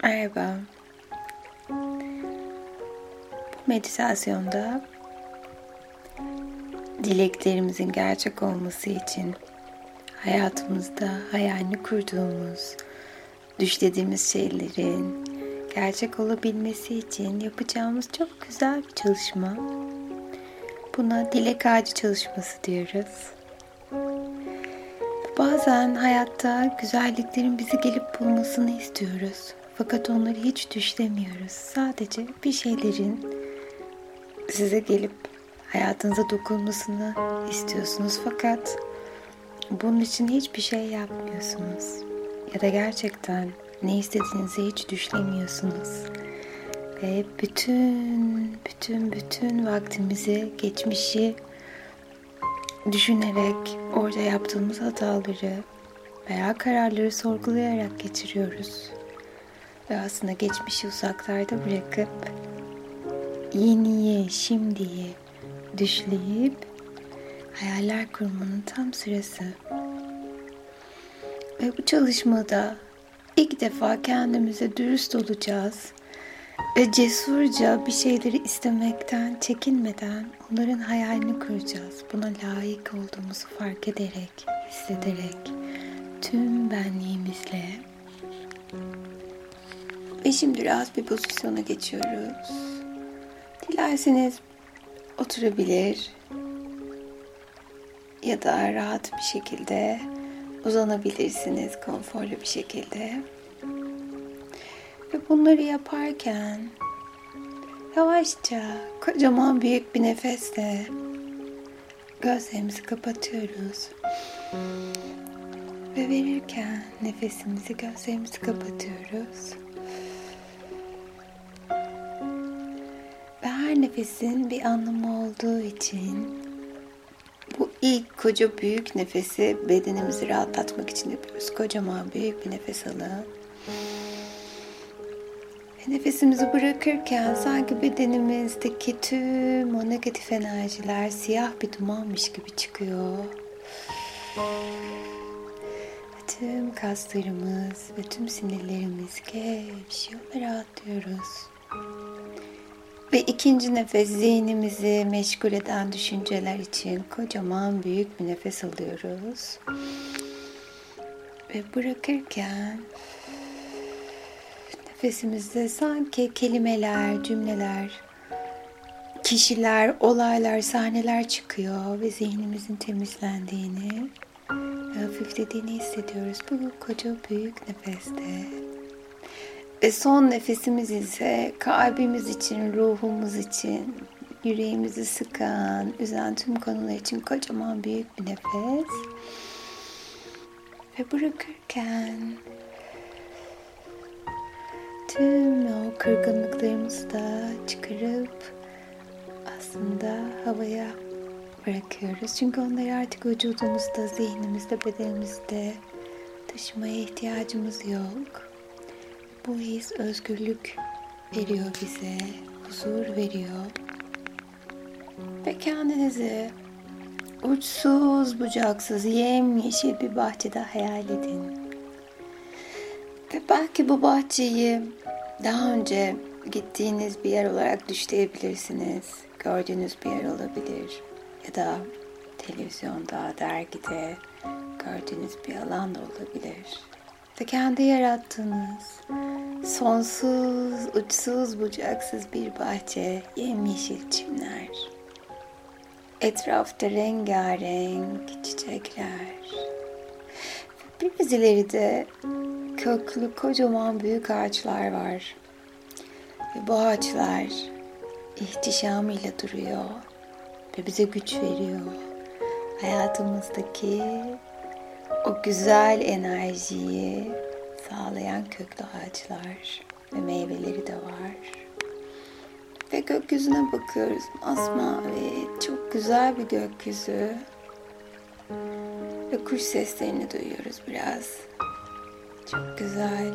Merhaba. Bu meditasyonda dileklerimizin gerçek olması için hayatımızda hayalini kurduğumuz, düşlediğimiz şeylerin gerçek olabilmesi için yapacağımız çok güzel bir çalışma. Buna dilek ağacı çalışması diyoruz. Bazen hayatta güzelliklerin bizi gelip bulmasını istiyoruz. Fakat onları hiç düşlemiyoruz. Sadece bir şeylerin size gelip hayatınıza dokunmasını istiyorsunuz. Fakat bunun için hiçbir şey yapmıyorsunuz. Ya da gerçekten ne istediğinizi hiç düşlemiyorsunuz. Ve bütün vaktimizi, geçmişi düşünerek orada yaptığımız hataları veya kararları sorgulayarak geçiriyoruz. Ve aslında geçmişi uzaklarda bırakıp yeniyi, şimdiyi düşleyip hayaller kurmanın tam sırası. Ve bu çalışmada ilk defa kendimize dürüst olacağız ve cesurca bir şeyleri istemekten çekinmeden onların hayalini kuracağız. Buna layık olduğumuzu fark ederek, hissederek, tüm benliğimizle. Ve şimdi rahat bir pozisyona geçiyoruz. Dilerseniz oturabilir ya da rahat bir şekilde uzanabilirsiniz, konforlu bir şekilde. Ve bunları yaparken yavaşça, kocaman büyük bir nefesle gözlerimizi kapatıyoruz. Ve verirken nefesimizi, gözlerimizi kapatıyoruz. Ve her nefesin bir anlamı olduğu için bu ilk koca büyük nefesi bedenimizi rahatlatmak için yapıyoruz. Kocaman büyük bir nefes alın. Ve nefesimizi bırakırken sanki bedenimizdeki tüm o negatif enerjiler siyah bir dumanmış gibi çıkıyor. Ve tüm kaslarımız ve tüm sinirlerimiz gevşiyor ve rahatlıyoruz. Ve ikinci nefes zihnimizi meşgul eden düşünceler için kocaman büyük bir nefes alıyoruz. Ve bırakırken nefesimizde sanki kelimeler, cümleler, kişiler, olaylar, sahneler çıkıyor ve zihnimizin temizlendiğini ve hafiflediğini hissediyoruz bu koca büyük nefeste. Ve son nefesimiz ise kalbimiz için, ruhumuz için, yüreğimizi sıkan, üzen tüm konular için kocaman büyük bir nefes. Ve bırakırken tüm o kırgınlıklarımızı da çıkarıp aslında havaya bırakıyoruz. Çünkü onları artık vücudumuzda, zihnimizde, bedenimizde taşımaya ihtiyacımız yok. Bu his özgürlük veriyor bize, huzur veriyor. Ve kendinizi uçsuz bucaksız yemyeşil bir bahçede hayal edin. Ve belki bu bahçeyi daha önce gittiğiniz bir yer olarak düşleyebilirsiniz. Gördüğünüz bir yer olabilir. Ya da televizyonda, dergide gördüğünüz bir alan da olabilir. Ve kendi yarattığınız sonsuz, uçsuz, bucaksız bir bahçe, yemyeşil çimler. Etrafta rengarenk çiçekler. Biraz ileride köklü, kocaman büyük ağaçlar var. Ve bu ağaçlar ihtişamıyla duruyor ve bize güç veriyor. Hayatımızdaki o güzel enerjiyi sağlayan köklü ağaçlar ve meyveleri de var. Ve gökyüzüne bakıyoruz. Masmavi, çok güzel bir gökyüzü. Ve kuş seslerini duyuyoruz biraz. Çok güzel.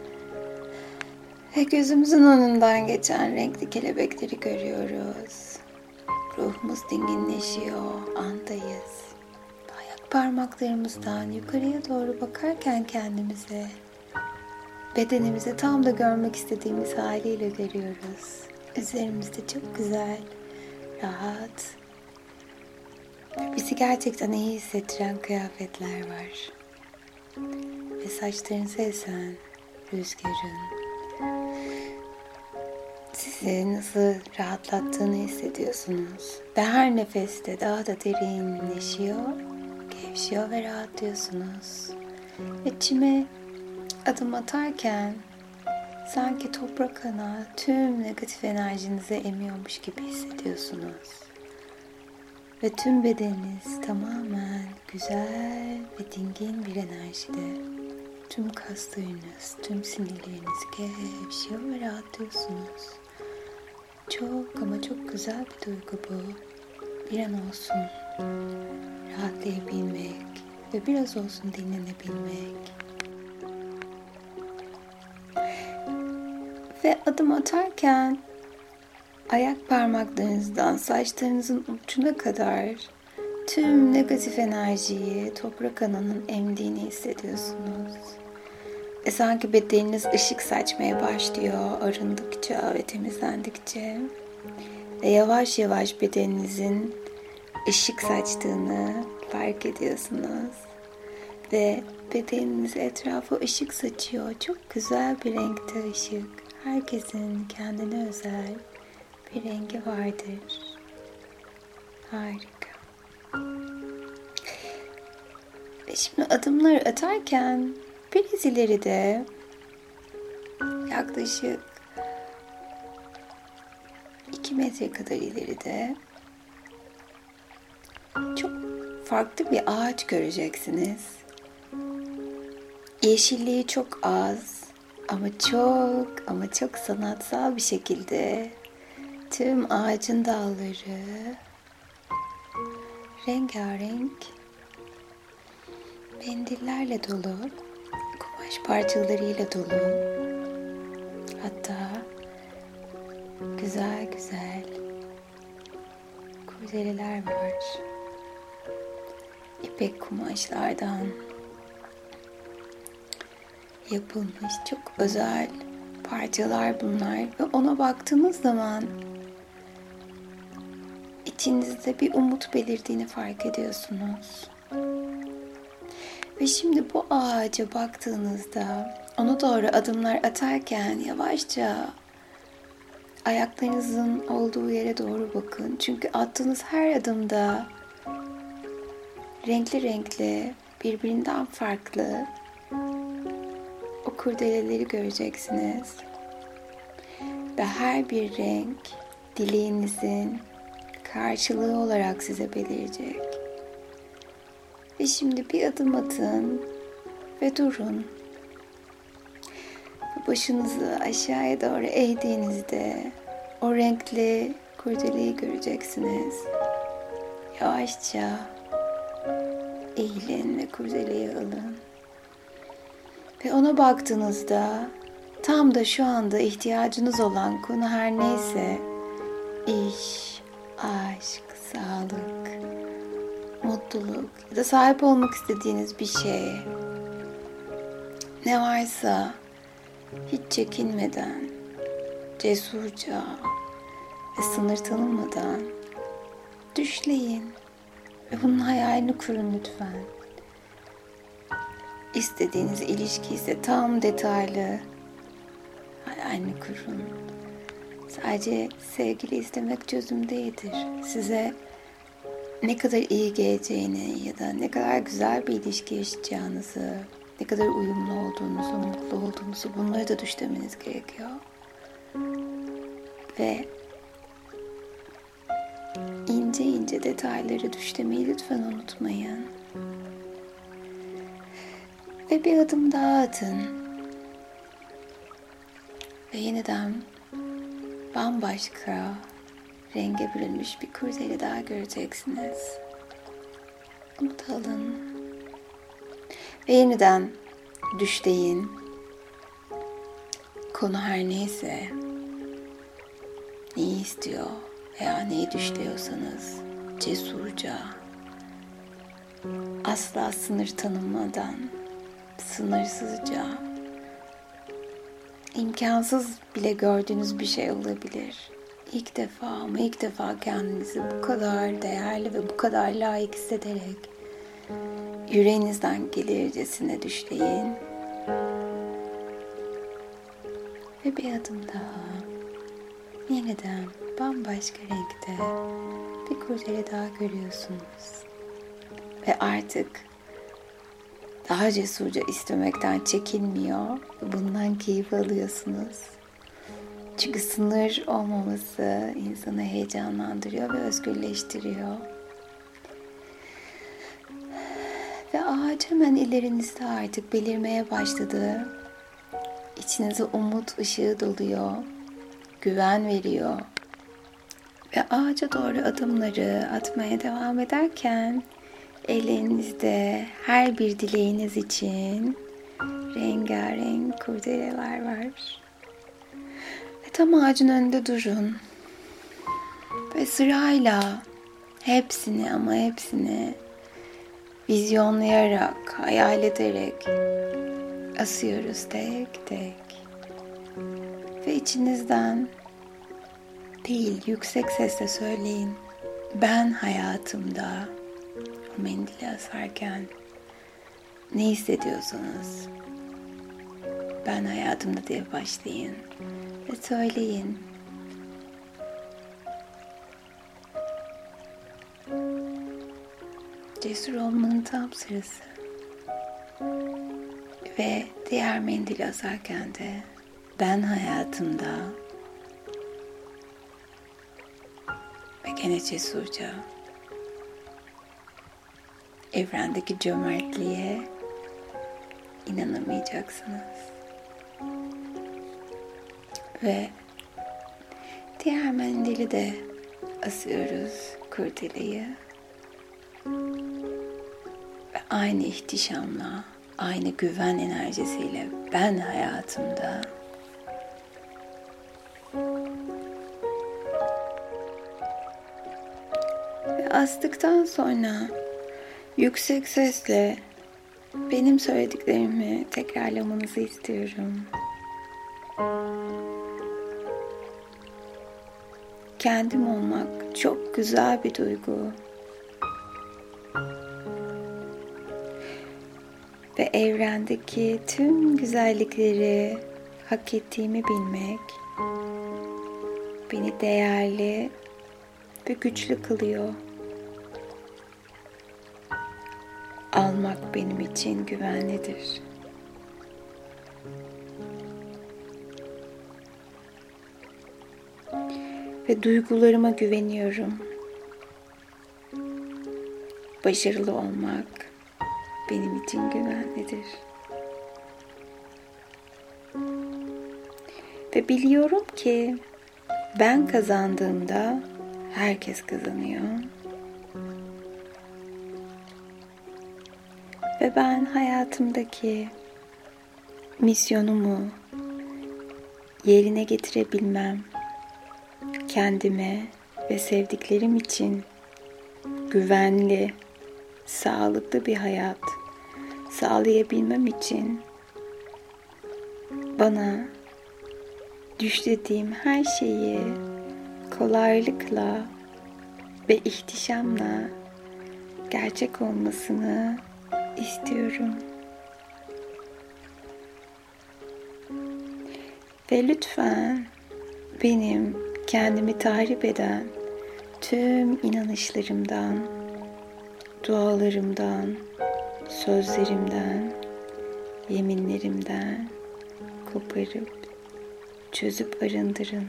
Ve gözümüzün önünden geçen renkli kelebekleri görüyoruz. Ruhumuz dinginleşiyor, andayız. Ayak parmaklarımızdan yukarıya doğru bakarken kendimize bedenimizi tam da görmek istediğimiz haliyle görüyoruz. Üzerimizde çok güzel, rahat, bizi gerçekten iyi hissettiren kıyafetler var. Ve saçlarınızı esen rüzgarın sizi nasıl rahatlattığını hissediyorsunuz. Ve her nefeste daha da derinleşiyor, gevşiyor ve rahatlıyorsunuz. Ve çime adım atarken sanki toprak ana tüm negatif enerjinizi emiyormuş gibi hissediyorsunuz. Ve tüm bedeniniz tamamen güzel ve dingin bir enerjide. Tüm kaslarınız, tüm sinirleriniz gevşiyor ve rahatlıyorsunuz. Çok ama çok güzel bir duygu bu. Bir an olsun rahatlayabilmek ve biraz olsun dinlenebilmek. Ve adım atarken ayak parmaklarınızdan saçlarınızın ucuna kadar tüm negatif enerjiyi toprak ananın emdiğini hissediyorsunuz. Sanki bedeniniz ışık saçmaya başlıyor arındıkça ve temizlendikçe. Ve yavaş yavaş bedeninizin ışık saçtığını fark ediyorsunuz. Ve bedeniniz etrafı ışık saçıyor. Çok güzel bir renkte ışık. Herkesin kendine özel bir rengi vardır. Harika. Ve şimdi adımları atarken biraz ileride yaklaşık 2 metre kadar ileride çok farklı bir ağaç göreceksiniz. Yeşilliği çok az ama çok sanatsal bir şekilde tüm ağacın dalları rengarenk mendillerle dolu, kumaş parçalarıyla dolu. Hatta güzel güzel kurdeleler var. İpek kumaşlardan yapılmış çok özel parçalar bunlar ve ona baktığınız zaman içinizde bir umut belirdiğini fark ediyorsunuz. Ve şimdi bu ağaca baktığınızda ona doğru adımlar atarken yavaşça ayaklarınızın olduğu yere doğru bakın. Çünkü attığınız her adımda renkli renkli, birbirinden farklı o kurdeleleri göreceksiniz. Ve her bir renk dileğinizin karşılığı olarak size belirecek. Ve şimdi bir adım atın ve durun. Başınızı aşağıya doğru eğdiğinizde o renkli kurdeleyi göreceksiniz. Yavaşça eğilin ve kurdeleyi alın. Ve ona baktığınızda tam da şu anda ihtiyacınız olan konu her neyse, iş, aşk, sağlık, mutluluk ya da sahip olmak istediğiniz bir şey, ne varsa hiç çekinmeden, cesurca ve sınır tanımadan düşleyin ve bunun hayalini kurun lütfen. İstediğiniz ilişki ise tam detaylı hayalini kurun. Sadece sevgili istemek çözüm değildir. Size ne kadar iyi geleceğini ya da ne kadar güzel bir ilişki yaşayacağınızı, ne kadar uyumlu olduğunuzu, mutlu olduğunuzu bunları da düşlemeniz gerekiyor. Ve ince ince detayları düşlemeyi lütfen unutmayın. Ve bir adım daha atın. Ve yeniden bambaşka renge bürünmüş bir kurdele daha göreceksiniz. Onu da alın. Ve yeniden düşleyin. Konu her neyse, neyi istiyor veya neyi düşlüyorsanız cesurca, asla sınır tanımadan, sınırsızca İmkansız bile gördüğünüz bir şey olabilir. İlk defa ama ilk defa kendinizi bu kadar değerli ve bu kadar layık hissederek yüreğinizden gelircesine düşleyin. Ve bir adım daha. Yeniden bambaşka renkte bir kurdele daha görüyorsunuz. Ve artık daha cesurca istemekten çekinmiyor. Bundan keyif alıyorsunuz. Çünkü sınır olmaması insanı heyecanlandırıyor ve özgürleştiriyor. Ve ağaç hemen ilerinizde artık belirmeye başladı. İçinize umut ışığı doluyor. Güven veriyor. Ve ağaca doğru adımları atmaya devam ederken elinizde her bir dileğiniz için rengarenk kurdeleler var. Ve tam ağacın önünde durun. Ve sırayla hepsini ama hepsini vizyonlayarak, hayal ederek asıyoruz tek tek. Ve içinizden değil, yüksek sesle söyleyin. Ben hayatımda o mendili asarken ne hissediyorsanız ben hayatımda diye başlayın ve söyleyin. Cesur olmanın tam sırası. Ve diğer mendili asarken de ben hayatımda ve gene cesurca evrendeki cömertliğe inanamayacaksınız. Ve diğer mendili de asıyoruz, kurdeleyi. Ve aynı ihtişamla, aynı güven enerjisiyle ben hayatımda ve astıktan sonra yüksek sesle benim söylediklerimi tekrarlamanızı istiyorum. Kendim olmak çok güzel bir duygu. Ve evrendeki tüm güzellikleri hak ettiğimi bilmek beni değerli ve güçlü kılıyor. Almak benim için güvenlidir. Ve duygularıma güveniyorum. Başarılı olmak benim için güvenlidir. Ve biliyorum ki ben kazandığımda herkes kazanıyor. Ve ben hayatımdaki misyonumu yerine getirebilmem, kendime ve sevdiklerim için güvenli, sağlıklı bir hayat sağlayabilmem için bana düşlediğim her şeyi kolaylıkla ve ihtişamla gerçek olmasını istiyorum. Ve lütfen benim kendimi tahrip eden tüm inanışlarımdan, dualarımdan, sözlerimden, yeminlerimden koparıp çözüp arındırın.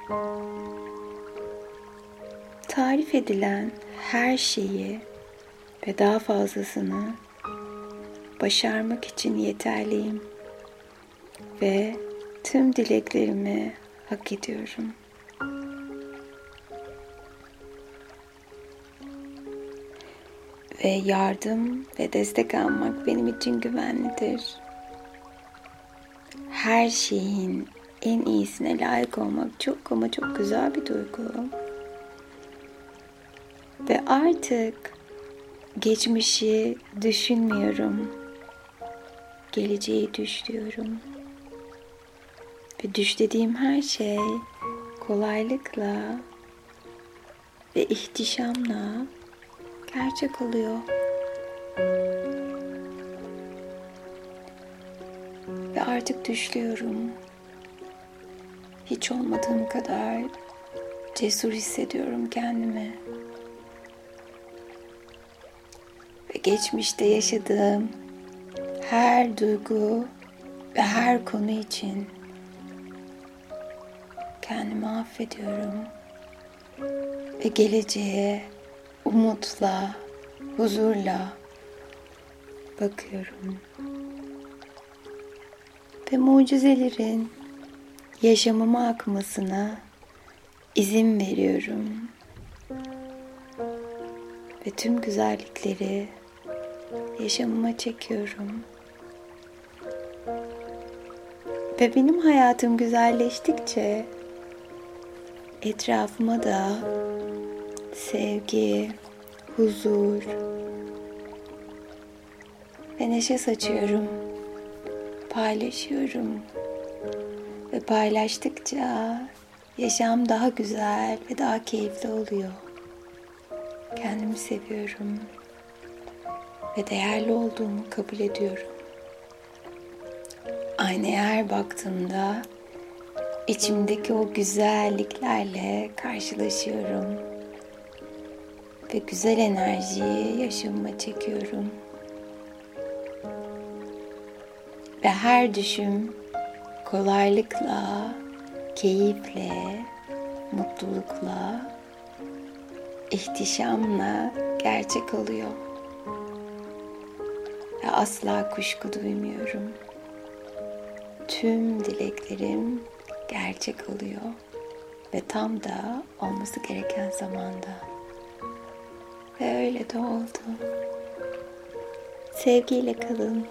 Tarif edilen her şeyi ve daha fazlasını başarmak için yeterliyim ve tüm dileklerimi hak ediyorum. Ve yardım ve destek almak benim için güvenlidir. Her şeyin en iyisine layık olmak çok ama çok güzel bir duygu. Ve artık geçmişi düşünmüyorum. Geleceği düşlüyorum. Ve düşlediğim her şey kolaylıkla ve ihtişamla gerçek oluyor. Ve artık düşlüyorum. Hiç olmadığım kadar cesur hissediyorum kendimi. Ve geçmişte yaşadığım her duygu ve her konu için kendimi affediyorum. Ve geleceğe umutla, huzurla bakıyorum. Ve mucizelerin yaşamıma akmasına izin veriyorum. Ve tüm güzellikleri yaşamıma çekiyorum. Ve benim hayatım güzelleştikçe etrafıma da sevgi, huzur ve neşe saçıyorum. Paylaşıyorum. Ve paylaştıkça yaşam daha güzel ve daha keyifli oluyor. Kendimi seviyorum. Ve değerli olduğumu kabul ediyorum. Aynaya her baktığımda içimdeki o güzelliklerle karşılaşıyorum. Ve güzel enerjiyi yaşamıma çekiyorum. Ve her düşüm kolaylıkla, keyifle, mutlulukla, ihtişamla gerçek oluyor. Ve asla kuşku duymuyorum. Tüm dileklerim gerçek oluyor. Ve tam da olması gereken zamanda. Ve öyle de oldu. Sevgiyle kalın.